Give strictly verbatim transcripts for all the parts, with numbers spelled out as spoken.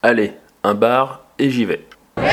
Allez, un bar et j'y vais.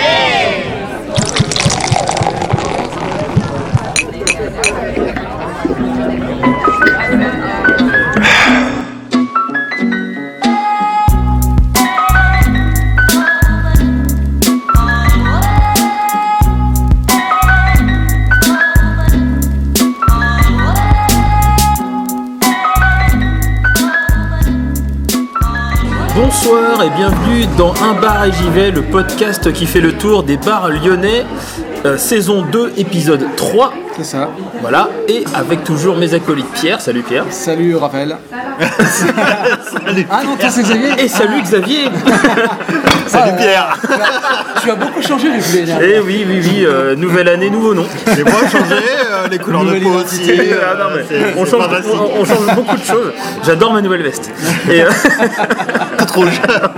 Bonsoir et bienvenue dans Un bar et j'y vais, le podcast qui fait le tour des bars lyonnais, euh, saison deux, épisode trois. C'est ça. Voilà, et avec toujours mes acolytes Pierre. Salut Pierre. Salut Raphaël. Salut. Ah non, toi c'est Xavier. Et salut Xavier. Salut Pierre. Tu as beaucoup changé depuis l'année dernière. Et oui, oui, oui, euh, nouvelle année, nouveau nom. Les voix ont changé, euh, les couleurs de peau aussi. Ah, non, mais c'est, on, c'est change, on, on change beaucoup de choses. J'adore ma nouvelle veste. Et, euh, Tout rouge.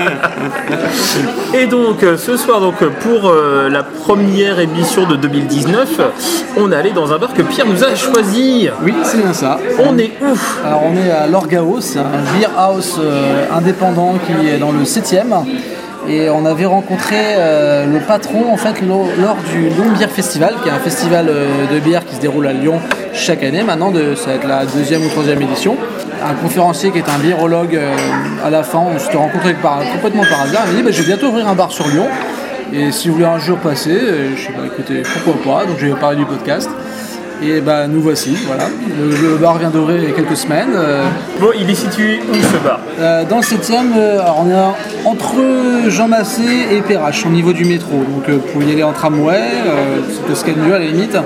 et donc ce soir, donc, pour euh, la première émission de deux mille dix-neuf, on est allé dans un bar que Pierre nous a choisi. Oui, c'est bien ça. On est où? Alors on est à l'Orgaos, un beer house euh, indépendant qui est dans le septième. Et on avait rencontré euh, le patron en fait lors, lors du Lyon Beer Festival, qui est un festival euh, de bière qui se déroule à Lyon chaque année. Maintenant, de, ça va être la deuxième ou troisième édition. Un conférencier qui est un biérologue, euh, à la fin, on s'était rencontré par, complètement par hasard. Il m'a dit bah, je vais bientôt ouvrir un bar sur Lyon. Et si vous voulez un jour passer, euh, je sais pas, écoutez, pourquoi pas. Donc je vais parler du podcast. Et bah nous voici, voilà. Le, le bar vient d'ouvrir il y a quelques semaines. Euh, Bon, il est situé où ce bar? euh, dans le septième, euh, alors on est entre Jean Massé et Perrache, au niveau du métro. Donc euh, vous pouvez y aller en tramway, euh, c'est peut-être ce qu'il y a de mieux à la limite.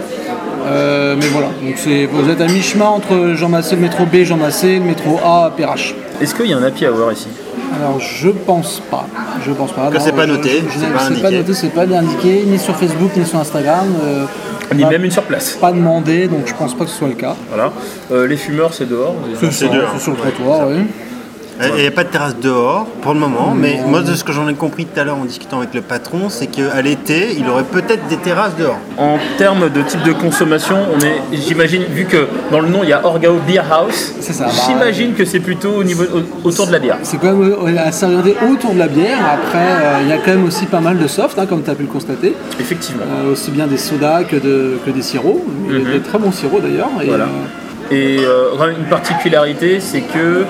Euh, mais voilà, donc c'est, vous êtes à mi-chemin entre Jean Massé, le métro B, Jean Massé, le métro A, Perrache. Est-ce qu'il y a un happy hour ici? Alors je pense pas, je pense pas. Que Non, c'est pas je- noté, je- je- c'est pas c'est indiqué. pas noté, c'est pas bien indiqué, ni sur Facebook, ni sur Instagram. Euh, Ni pas- même une sur place. Pas demandé, donc je pense pas que ce soit le cas. Voilà. Euh, les fumeurs, c'est dehors. C'est sur, dehors. c'est sur le trottoir, oui. Il n'y a pas de terrasse dehors pour le moment, mais moi de ce que j'en ai compris tout à l'heure en discutant avec le patron, c'est qu'à l'été, il aurait peut-être des terrasses dehors. En termes de type de consommation, on est, j'imagine, vu que dans le nom il y a Orgao Beer House, C'est ça, bah, j'imagine que c'est plutôt au niveau, au- autour de la bière. C'est quand même euh, assez orienté autour de la bière. Après, euh, il y a quand même aussi pas mal de soft, hein, comme tu as pu le constater. Effectivement. Euh, aussi bien des sodas que, de, que des sirops. Et Mhm. des très bons sirops d'ailleurs. Et, Voilà. euh, Et euh, vraiment une particularité, c'est que,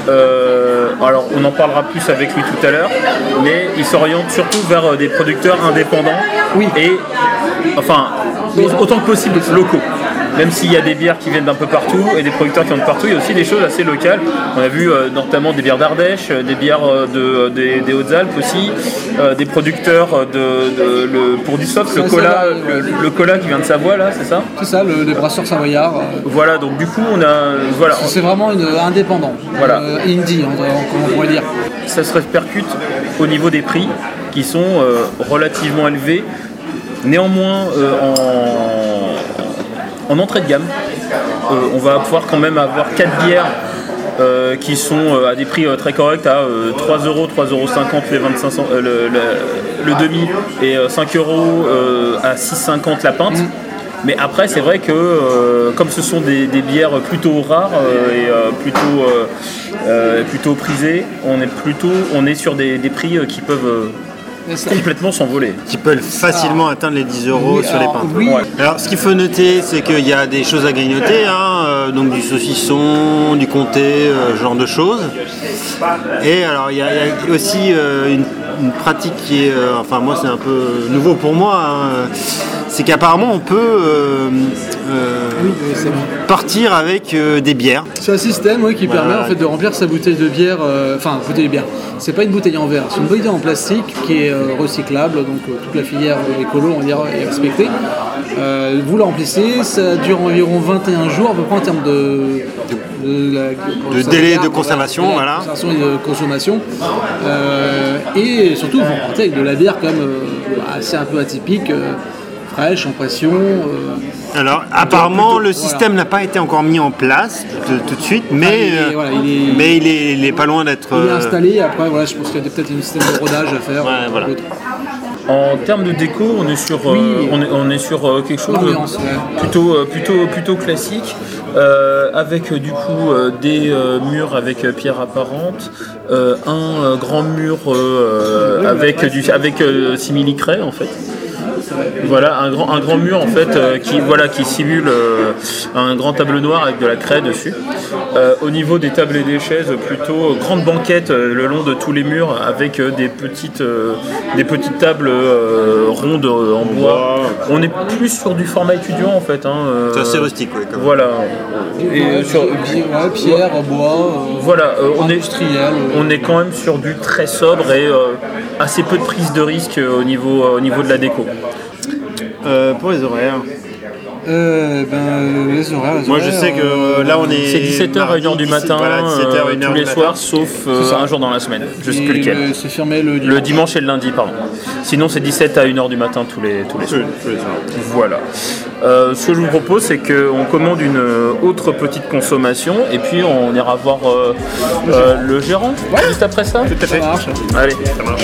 euh, alors on en parlera plus avec lui tout à l'heure, mais il s'oriente surtout vers euh, des producteurs indépendants. Oui. Et enfin, autant que possible locaux. Même s'il y a des bières qui viennent d'un peu partout et des producteurs qui viennent de partout, il y a aussi des choses assez locales. On a vu euh, notamment des bières d'Ardèche, euh, des bières euh, de, des, des Hautes-Alpes aussi, euh, des producteurs de, de- le, pour du soft, le Ça, cola, ça, le, le cola qui vient de Savoie là, c'est ça? c'est ça, le, les brasseurs savoyards. euh, Voilà, donc du coup on a, voilà, c'est vraiment une, indépendant. Voilà. Euh, indie, on, on, on pourrait dire. ça se répercute au niveau des prix qui sont euh, relativement élevés. Néanmoins, euh, en, en entrée de gamme, euh, on va pouvoir quand même avoir quatre bières euh, qui sont euh, à des prix euh, très corrects, à euh, trois euros, trois euros cinquante les vingt-cinq cent- euh, le, le- le demi et euh, cinq euros euh, à six cinquante la pinte. Mais après, c'est vrai que euh, comme ce sont des, des bières plutôt rares euh, et euh, plutôt, euh, euh, plutôt prisées, on est, plutôt, on est sur des, des prix euh, qui peuvent euh, Et ça- complètement s'envoler. Qui peuvent facilement atteindre les dix euros Oui, sur alors, les pintes. oui. Ouais. Alors ce qu'il faut noter, c'est qu'il y a des choses à grignoter, hein, euh, donc du saucisson, du comté, euh, ce genre de choses. Et alors il y, a il y a aussi euh, une, une pratique qui est, euh, enfin moi c'est un peu nouveau pour moi, hein, c'est qu'apparemment on peut euh, euh, Oui, oui, c'est bon. partir avec euh, des bières. C'est un système ouais, qui Voilà. permet en fait de remplir sa bouteille de bière, euh, enfin bouteille de bière. C'est pas une bouteille en verre, c'est une bouteille en plastique qui est euh, recyclable, donc euh, toute la filière euh, écolo on va dire est respectée. Euh, vous la remplissez, ça dure environ vingt et un jours à peu près en termes de, de, la- De ça délai garde, de conservation, de voilà. conservation et de consommation. Euh, et surtout vous repartez avec de la bière quand même euh, assez un peu atypique, euh, fraîche, en pression. euh, Alors apparemment plutôt- le système n'a pas été encore mis en place tout, tout de suite, mais, Ah, il est- euh, voilà, il est- mais il, est, il est pas loin d'être... Il est euh, installé, après voilà, je pense qu'il y a peut-être un système de rodage à faire. Ouais, euh, voilà. autre. En termes de déco, on est sur, euh, Oui. on est, on est sur euh, quelque chose L'ambiance, de ouais. plutôt, euh, plutôt, plutôt classique, euh, avec euh, du coup euh, des euh, murs avec euh, pierre apparente, euh, un euh, grand mur euh, avec, du, avec euh, simili-craie en fait. Voilà, un grand, un grand mur en fait euh, qui, voilà, qui simule euh, un grand tableau noir avec de la craie dessus. Euh, au niveau des tables et des chaises, plutôt grande banquette euh, le long de tous les murs avec euh, des, petites, euh, des petites tables euh, rondes euh, en bois. On est plus sur du format étudiant en fait. Hein, euh, C'est assez rustique, oui. Quand même. Voilà. Et Ouais, sur- pi- ouais, pierre, bois, euh, voilà, euh, on est industriel. euh. on est quand même sur du très sobre et euh, assez peu de prise de risque euh, au niveau, euh, au niveau de la déco. Euh, pour les horaires. Euh, ben, euh, les horaires, les Moi je horaires, sais que euh, euh, là on est. C'est dix-sept heures à une heure du mardi, matin, voilà, dix-sept heures, euh, une heure tous du les matin. soirs, sauf euh, C'est ça. un jour dans la semaine. Je sais et plus lequel. le- C'est fermé le dimanche. Le dimanche et le lundi, pardon. Sinon, c'est dix-sept à une heure du matin tous les, tous les soirs. Tous les soirs. Voilà. Euh, ce que je vous propose, c'est qu'on commande une autre petite consommation et puis on ira voir euh, euh, le gérant juste après ça. Tout à Ça fait. marche. Allez. Ça marche.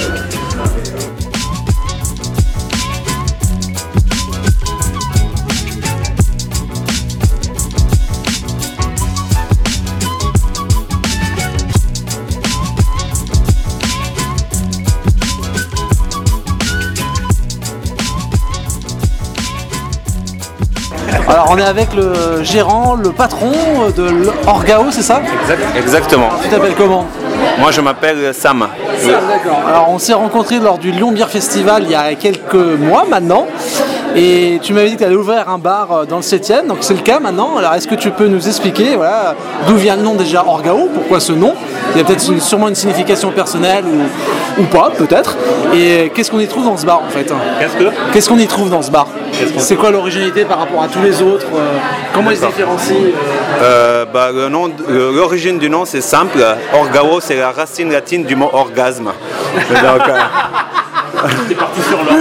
Alors on est avec le gérant, le patron de l'Orgao, c'est ça? Exact- Exactement. Tu t'appelles comment? Moi je m'appelle Sam. D'accord. Alors on s'est rencontrés lors du Lyon Beer Festival il y a quelques mois maintenant. Et tu m'avais dit que tu allais ouvrir un bar dans le septième, donc c'est le cas maintenant. Alors est-ce que tu peux nous expliquer voilà, d'où vient le nom déjà Orgao? Pourquoi ce nom? Il y a peut-être une- sûrement une signification personnelle ou, ou pas, peut-être. Et qu'est-ce qu'on y trouve dans ce bar en fait? Qu'est-ce que Qu'est-ce qu'on y trouve dans ce bar? qu'on C'est quoi l'originalité par rapport à tous les autres? euh, Comment ils se D'accord. différencient? euh, Euh, bah, le nom, euh, L'origine du nom c'est simple. Orgao c'est la racine latine du mot orgasme. Donc, euh, C'est parti sur l'or.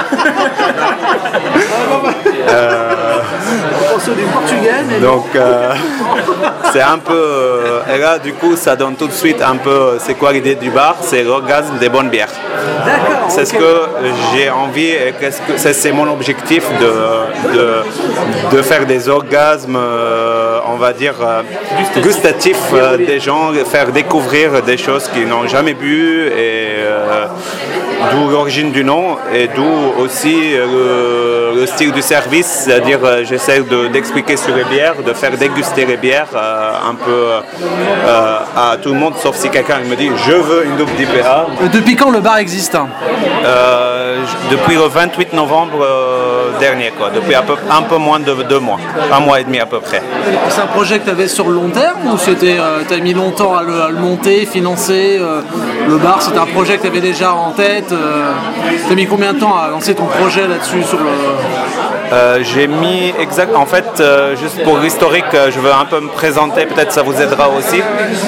On pense du portugais, mais donc euh, c'est un peu. euh, et là du coup ça donne tout de suite un peu. euh, C'est quoi l'idée du bar? C'est l'orgasme des bonnes bières. d'accord. C'est ok. ce que j'ai envie, et qu'est-ce que c'est, c'est mon objectif de, de, de faire des orgasmes, euh, on va dire, euh, gustatifs euh, des gens, faire découvrir des choses qu'ils n'ont jamais bu, et euh, d'où l'origine du nom, et d'où aussi euh, le, le style du service, c'est-à-dire euh, j'essaie de- d'expliquer sur les bières, de faire déguster les bières euh, un peu euh, à tout le monde, sauf si quelqu'un me dit je veux une double d'I P A. Euh, Depuis quand le bar existe? Euh, j- depuis le vingt-huit novembre euh, dernier, quoi. Depuis un peu, un peu moins de deux mois, un mois et demi à peu près. C'est un projet que tu avais sur le long terme ou c'était, euh, t'as mis longtemps à le, à le monter, financer euh, le bar? C'était un projet que tu avais déjà en tête. Euh, tu as mis combien de temps à lancer ton projet là-dessus sur le... Euh, j'ai mis exact, en fait, euh, juste pour l'historique, euh, je veux un peu me présenter, peut-être ça vous aidera aussi.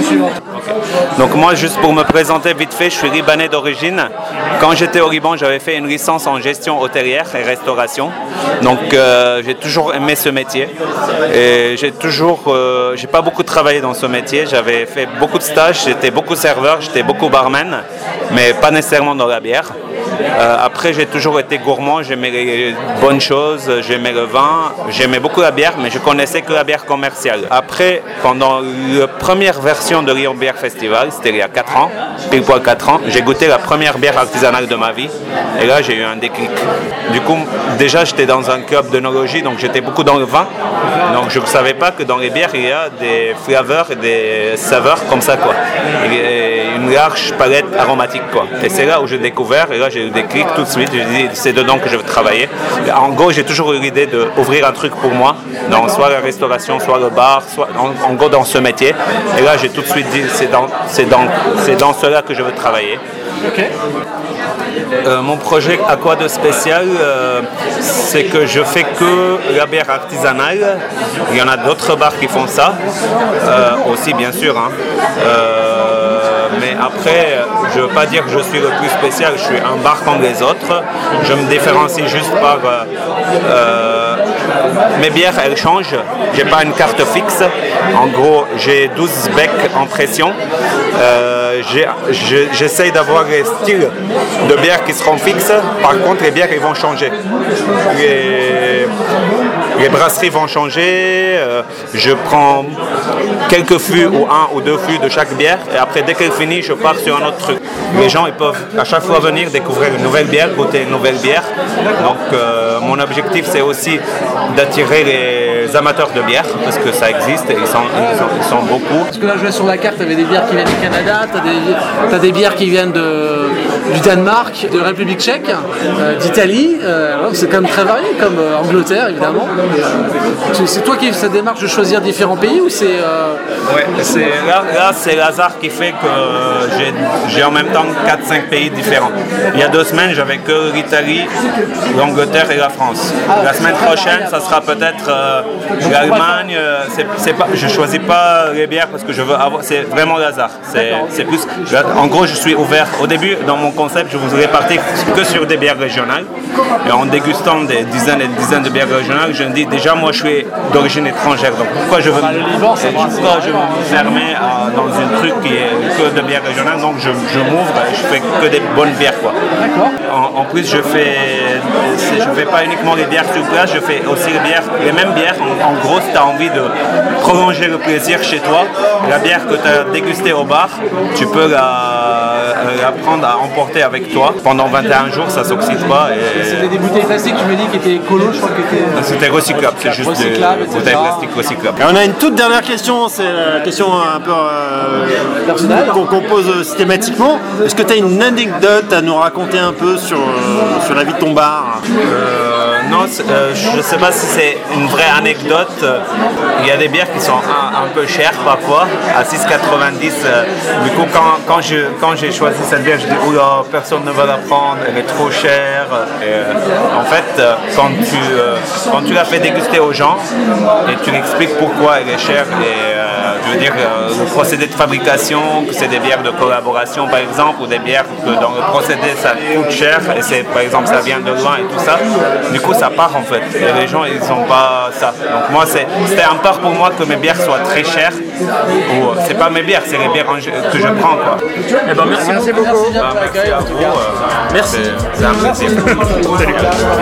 Donc moi, juste pour me présenter vite fait, je suis libanais d'origine. Quand j'étais au Liban, j'avais fait une licence en gestion hôtelière et restauration. Donc euh, j'ai toujours aimé ce métier. Et j'ai toujours, euh, j'ai pas beaucoup travaillé dans ce métier. J'avais fait beaucoup de stages, j'étais beaucoup serveur, j'étais beaucoup barman, mais pas nécessairement dans la bière. Euh, après, j'ai toujours été gourmand, j'aimais les bonnes choses, j'aimais le vin, j'aimais beaucoup la bière, mais je connaissais que la bière commerciale. Après, pendant la première version de Lyon Beer Festival, c'était il y a quatre ans, pile poil quatre ans, j'ai goûté la première bière artisanale de ma vie, et là j'ai eu un déclic. Du coup, déjà j'étais dans un club d'œnologie, donc j'étais beaucoup dans le vin, donc je ne savais pas que dans les bières il y a des flavors et des saveurs comme ça, quoi. Il y a une large palette aromatique, quoi. Et c'est là où j'ai découvert, et là j'ai eu des clics tout de suite, j'ai dit c'est dedans que je veux travailler. En gros, j'ai toujours eu l'idée d'ouvrir un truc pour moi, dans soit la restauration, soit le bar, soit en, en gros dans ce métier. Et là j'ai tout de suite dit c'est dans, c'est dans, c'est dans cela que je veux travailler. Euh, mon projet à quoi de spécial, euh, c'est que je fais que la bière artisanale. Il y en a d'autres bars qui font ça, euh, aussi bien sûr. Hein. Euh, mais après, je ne veux pas dire que je suis le plus spécial, je suis un bar comme les autres. Je me différencie juste par euh, euh, mes bières, elles changent. J'ai pas une carte fixe. En gros, j'ai douze becs en pression. Euh, j'ai, j'ai, j'essaye d'avoir des styles de bières qui seront fixes. Par contre, les bières, ils vont changer. Les, les brasseries vont changer. Euh, je prends quelques fûts ou un ou deux fûts de chaque bière. Et après, dès qu'elle finit, je pars sur un autre truc. Les gens, ils peuvent à chaque fois venir découvrir une nouvelle bière, goûter une nouvelle bière. Donc, euh, mon objectif, c'est aussi d'attirer les amateurs de bière, parce que ça existe et ils sont, ils sont, ils sont beaucoup. Parce que là, je vois sur la carte, tu avais des bières qui viennent du Canada, tu as des, t'as des bières qui viennent de, du Danemark, de République tchèque, euh, d'Italie. Euh, c'est quand même très varié, comme euh, Angleterre, évidemment. Euh, c'est toi qui fais cette démarche de choisir différents pays ou c'est... Euh... Ouais, c'est, là, là, c'est l'hasard qui fait que j'ai, j'ai en même temps quatre cinq pays différents. Il y a deux semaines, j'avais que l'Italie, l'Angleterre et la France. La semaine prochaine, ça sera peut-être euh, l'Allemagne. Euh, c'est, c'est pas, je ne choisis pas les bières parce que je veux avoir. C'est vraiment le hasard. C'est, c'est plus, en gros, je suis ouvert. Au début, dans mon concept, je voudrais partir que sur des bières régionales. Et en dégustant des dizaines et des dizaines de bières régionales, je me dis déjà, moi, je suis d'origine étrangère. Donc pourquoi je veux, pourquoi je veux me fermer à, dans un truc qui est que de bières régionales. Donc je, je m'ouvre et je fais que des bonnes bières, quoi. En, en plus, je fais, je fais pas uniquement les bières sur place, je fais aussi les bières, les mêmes bières. En, en gros, si tu as envie de prolonger le plaisir chez toi, la bière que tu as dégustée au bar, tu peux la, la prendre à emporter avec toi. Pendant vingt et un jours, ça s'oxyde pas. Et... C'était des bouteilles plastiques, tu me dis, qui étaient écolo, je crois que étaient... C'était recyclable, c'est juste des bouteilles plastiques recyclables. Et on a une toute dernière question, c'est la question un peu euh, qu'on, qu'on pose systématiquement. Est-ce que tu as une anecdote à nous raconter un peu sur, euh, sur la vie de ton bar? euh, Non, euh, je ne sais pas si c'est une vraie anecdote. Il y a des bières qui sont un, un peu chères parfois, à six quatre-vingt-dix. Euh, du coup, quand, quand, je, quand j'ai choisi cette bière, je dis oula, personne ne va la prendre, elle est trop chère. Et, euh, en fait, quand tu, euh, quand tu la fais déguster aux gens et tu expliques pourquoi elle est chère, et, euh, je veux dire, euh, le procédé de fabrication, que c'est des bières de collaboration par exemple, ou des bières que dans le procédé ça coûte cher, et c'est, par exemple ça vient de loin et tout ça, du coup ça part en fait, et les gens ils ont pas ça. Donc moi c'est, c'était un part pour moi que mes bières soient très chères, ou c'est pas mes bières, c'est les bières que je prends, quoi. Eh ben, merci, Merci beaucoup. beaucoup. Merci, Ah, merci à vous. Euh, merci. C'est, c'est un plaisir. Salut.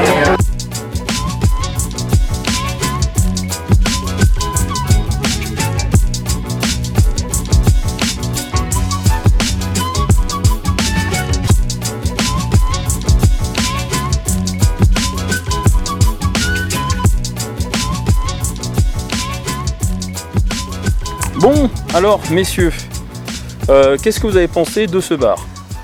Bon, alors, messieurs, euh, qu'est-ce que vous avez pensé de ce bar?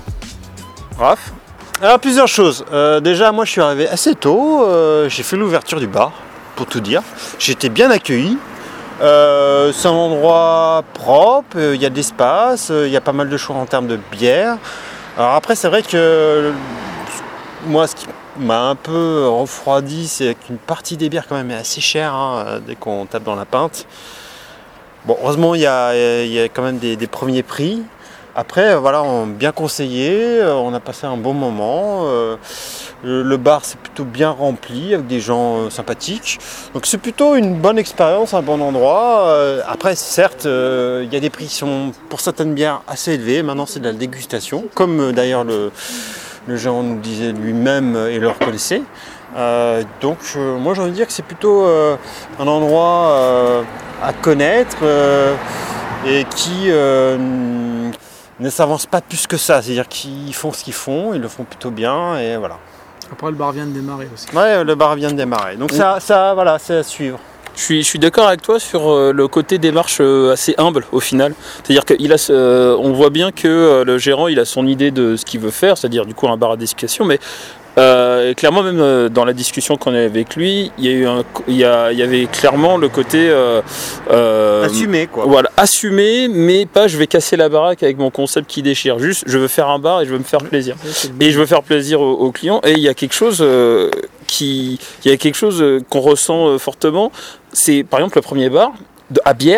Raph? Alors plusieurs choses. Euh, déjà moi je suis arrivé assez tôt, euh, j'ai fait l'ouverture du bar, pour tout dire. J'ai été bien accueilli. Euh, c'est un endroit propre, il euh, y a de l'espace, il euh, y a pas mal de choix en termes de bière. Alors après c'est vrai que moi ce qui m'a un peu refroidi, c'est qu'une partie des bières quand même est assez chère, hein, dès qu'on tape dans la pinte. Bon, heureusement il y a, y a quand même des, des premiers prix. Après, voilà, on bien conseillé, on a passé un bon moment. Euh, le bar c'est plutôt bien rempli avec des gens sympathiques. Donc c'est plutôt une bonne expérience, un bon endroit. Euh, après, certes, euh, il y a des prix qui sont pour certaines bières assez élevés. Maintenant, c'est de la dégustation, comme euh, d'ailleurs le, le gérant nous disait lui-même et le reconnaissait. Euh, donc, euh, moi j'ai envie de dire que c'est plutôt euh, un endroit euh, à connaître euh, et qui euh, ne s'avance pas plus que ça, c'est-à-dire qu'ils font ce qu'ils font, ils le font plutôt bien et voilà. Après le bar vient de démarrer aussi. Ouais, le bar vient de démarrer, donc oui. ça, ça, voilà, c'est à suivre. Je suis, je suis d'accord avec toi sur euh, le côté démarche euh, assez humble au final. C'est-à-dire qu'il a, euh, on voit bien que euh, le gérant il a son idée de ce qu'il veut faire, c'est-à-dire du coup un bar à dégustation, mais Euh, clairement, même euh, dans la discussion qu'on a avec lui, il y a eu un, il y, a, il y avait clairement le côté euh, euh, assumé, quoi. Voilà, assumé, mais pas je vais casser la baraque avec mon concept qui déchire. Juste, je veux faire un bar et je veux me faire plaisir. Et je veux faire plaisir aux, aux clients. Et il y a quelque chose euh, qui, il y a quelque chose qu'on ressent euh, fortement. C'est par exemple le premier bar de, à bière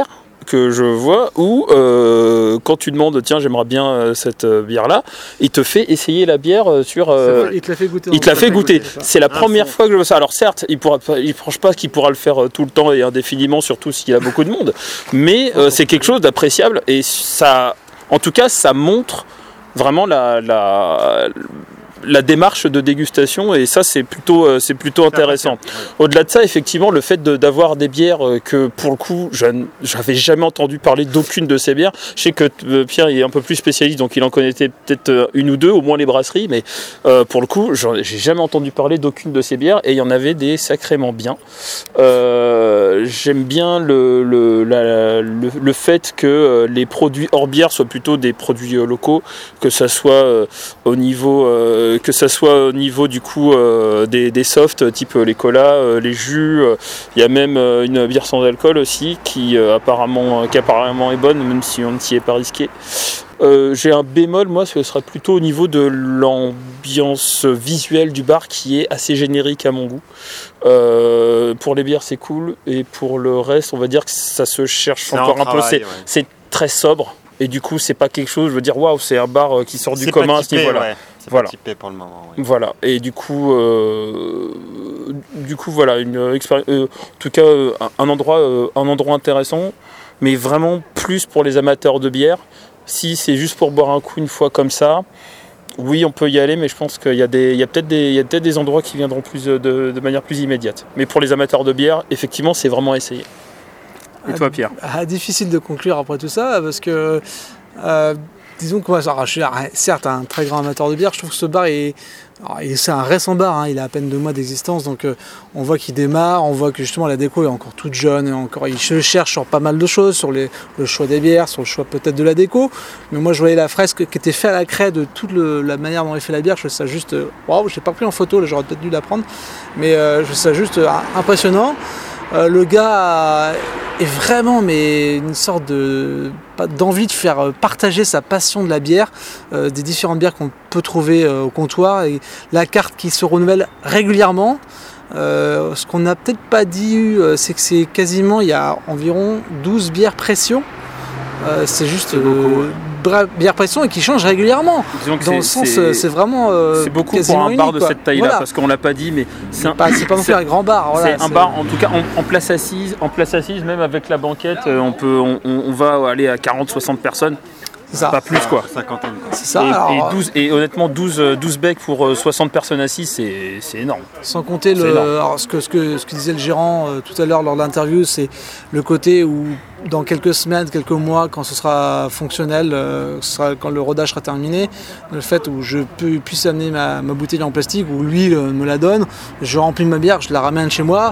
que je vois où euh, quand tu demandes tiens j'aimerais bien euh, cette euh, bière là, il te fait essayer la bière euh, sur. Euh, il te la fait goûter. Il te la fait goûter. goûter c'est la ah, première c'est... fois que je vois ça. Alors certes, il pourra, il pense pas qu'il pourra le faire euh, tout le temps et indéfiniment, surtout s'il a beaucoup de monde. Mais euh, c'est quelque chose d'appréciable et ça, en tout cas, ça montre vraiment la. la la démarche de dégustation et ça c'est plutôt, euh, c'est plutôt intéressant. Au-delà de ça, effectivement, le fait de, d'avoir des bières euh, que pour le coup je n'avais jamais entendu parler d'aucune de ces bières. Je sais que euh, Pierre il est un peu plus spécialiste donc il en connaissait peut-être euh, une ou deux, au moins les brasseries, mais euh, pour le coup j'ai jamais entendu parler d'aucune de ces bières et il y en avait des sacrément bien. Euh, j'aime bien le, le, la, le, le fait que euh, les produits hors bière soient plutôt des produits euh, locaux, que ça soit euh, au niveau euh, que ça soit au niveau du coup euh, des, des softs type les colas, euh, les jus, il euh, y a même euh, une bière sans alcool aussi qui, euh, apparemment, qui apparemment est bonne même si on ne s'y est pas risqué. Euh, j'ai un bémol, moi, ce sera plutôt au niveau de l'ambiance visuelle du bar qui est assez générique à mon goût. Euh, pour les bières c'est cool et pour le reste on va dire que ça se cherche c'est encore un, un peu, c'est, ouais. c'est très sobre. Et du coup, c'est pas quelque chose, je veux dire, waouh, c'est un bar qui sort du c'est commun typé, à ce niveau-là. Ouais. C'est voilà. pas typé pour le moment. Ouais. Voilà. Et du coup, euh, du coup, voilà, une expérience. Euh, en tout cas, euh, un endroit, euh, un endroit intéressant, mais vraiment plus pour les amateurs de bière. Si c'est juste pour boire un coup une fois comme ça, oui, on peut y aller, mais je pense qu'il y a des, il y a peut-être des, il y a peut-être des endroits qui viendront plus de, de manière plus immédiate. Mais pour les amateurs de bière, effectivement, c'est vraiment à essayer. Et toi, Pierre ? Ah, difficile de conclure après tout ça, parce que euh, disons que moi, je suis certes un très grand amateur de bière, je trouve que ce bar est, alors, c'est un récent bar, hein, il a à peine deux mois d'existence, donc euh, on voit qu'il démarre, on voit que justement la déco est encore toute jeune, et encore, il se cherche sur pas mal de choses, sur les, le choix des bières, sur le choix peut-être de la déco, mais moi je voyais la fresque qui était faite à la craie de toute le, la manière dont il fait la bière, je trouvais ça juste, waouh, wow, je l'ai pas pris en photo, là, j'aurais peut-être dû la prendre, mais euh, je trouvais ça juste euh, impressionnant. Euh, le gars est vraiment mais une sorte de d'envie de faire partager sa passion de la bière, euh, des différentes bières qu'on peut trouver euh, au comptoir, et la carte qui se renouvelle régulièrement. Euh, ce qu'on n'a peut-être pas dit, euh, c'est que c'est quasiment, il y a environ douze bières pression. Euh, c'est juste c'est beaucoup, euh, bière pression et qui change régulièrement. Disons que dans c'est, le sens, c'est, c'est vraiment euh, c'est beaucoup pour un unique, bar de quoi. cette taille-là, voilà. Parce qu'on l'a pas dit, mais c'est, un, pas, c'est pas non plus un grand bar. Voilà, c'est, c'est un bar, en tout cas en, en place assise, en place assise, même avec la banquette, on peut, on, on va aller à quarante à soixante personnes. C'est ça. Pas plus quoi. cinquantaine. C'est ça. Et, alors, et, douze, et honnêtement, douze, douze becs pour soixante personnes assises, c'est, c'est énorme. Sans compter le, alors, ce, que, ce, que, ce que disait le gérant euh, tout à l'heure lors de l'interview, c'est le côté où dans quelques semaines, quelques mois, quand ce sera fonctionnel, euh, ce sera, quand le rodage sera terminé, le fait où je peux, puisse amener ma, ma bouteille en plastique, où lui euh, me la donne, je remplis ma bière, je la ramène chez moi.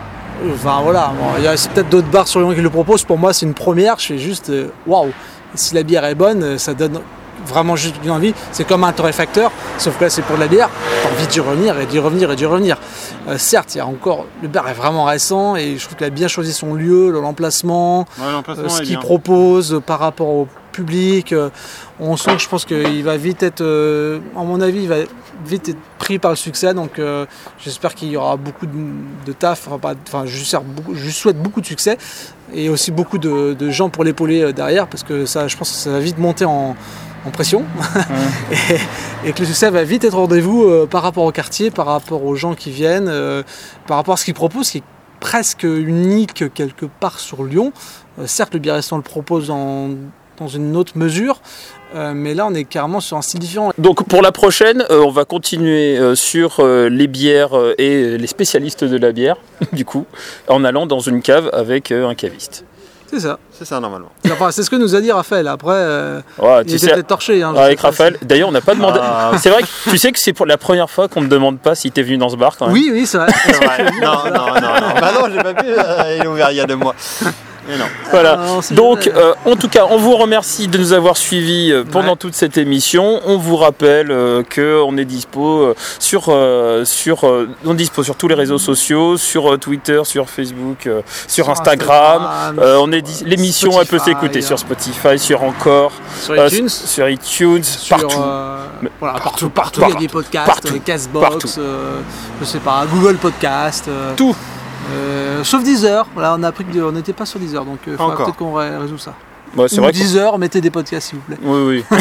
Enfin voilà, bon, il y a peut-être d'autres bars sur Lyon qui le proposent. Pour moi, c'est une première. Je fais juste waouh. Wow. Si la bière est bonne, ça donne vraiment juste une envie. C'est comme un torréfacteur, sauf que là c'est pour de la bière. T'as envie d'y revenir et d'y revenir et d'y revenir. Euh, certes, il y a encore, le bar est vraiment récent et je trouve qu'il a bien choisi son lieu, l'emplacement, ouais, l'emplacement euh, ce qu'il bien. propose par rapport au public. Euh, on sent que je pense qu'il va vite être, euh, à mon avis, il va vite être pris par le succès. Donc euh, j'espère qu'il y aura beaucoup de, de taf. Enfin, pas, enfin je, beaucoup, je souhaite beaucoup de succès. Et aussi beaucoup de, de gens pour l'épauler derrière, parce que ça, je pense que ça va vite monter en, en pression. Ouais. et, et que le succès va vite être au rendez-vous euh, par rapport au quartier, par rapport aux gens qui viennent, euh, par rapport à ce qu'ils proposent, qui est presque unique quelque part sur Lyon. Euh, certes, le bière restaurant le propose en, dans une autre mesure, euh, mais là on est carrément sur un style différent. Donc pour la prochaine, euh, on va continuer euh, sur euh, les bières euh, et les spécialistes de la bière, du coup, en allant dans une cave avec euh, un caviste. C'est ça. C'est ça normalement. Enfin, c'est ce que nous a dit Raphaël. Après, euh, ouais, il était peut-être torché. Hein, avec Raphaël. Si... D'ailleurs, on n'a pas demandé. Ah. C'est vrai que tu sais que c'est pour la première fois qu'on ne me demande pas si tu es venu dans ce bar quand même. Oui, oui, c'est vrai. C'est vrai. non, non, non, non. Bah non, j'ai pas pu. Euh, il est ouvert il y a deux mois. Mais non. Voilà. Ah, non, donc, euh, en tout cas, on vous remercie de nous avoir suivis euh, pendant ouais. toute cette émission. On vous rappelle euh, que on est dispo euh, sur euh, sur euh, on est dispo sur tous les réseaux sociaux, sur euh, Twitter, sur Facebook, euh, sur, sur Instagram. Instagram euh, on est di- l'émission Spotify, elle peut s'écouter hein. sur Spotify, sur Encore, sur iTunes, euh, sur iTunes, sur, partout. Euh, voilà, partout, partout. Il y a des podcasts, les Castbox, euh, je sais pas, Google Podcast. Euh, tout. Euh, sauf Deezer, là on a appris qu'on n'était pas sur Deezer, donc il faudra Encore. peut-être qu'on ré- résout ça. Bah, c'est Ou vrai que- Deezer, mettez des podcasts s'il vous plaît. Oui, oui.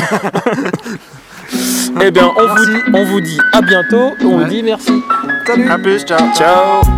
Eh bien, on vous, on vous dit à bientôt. On Ouais. vous dit merci. Salut. A plus, ciao. Ciao.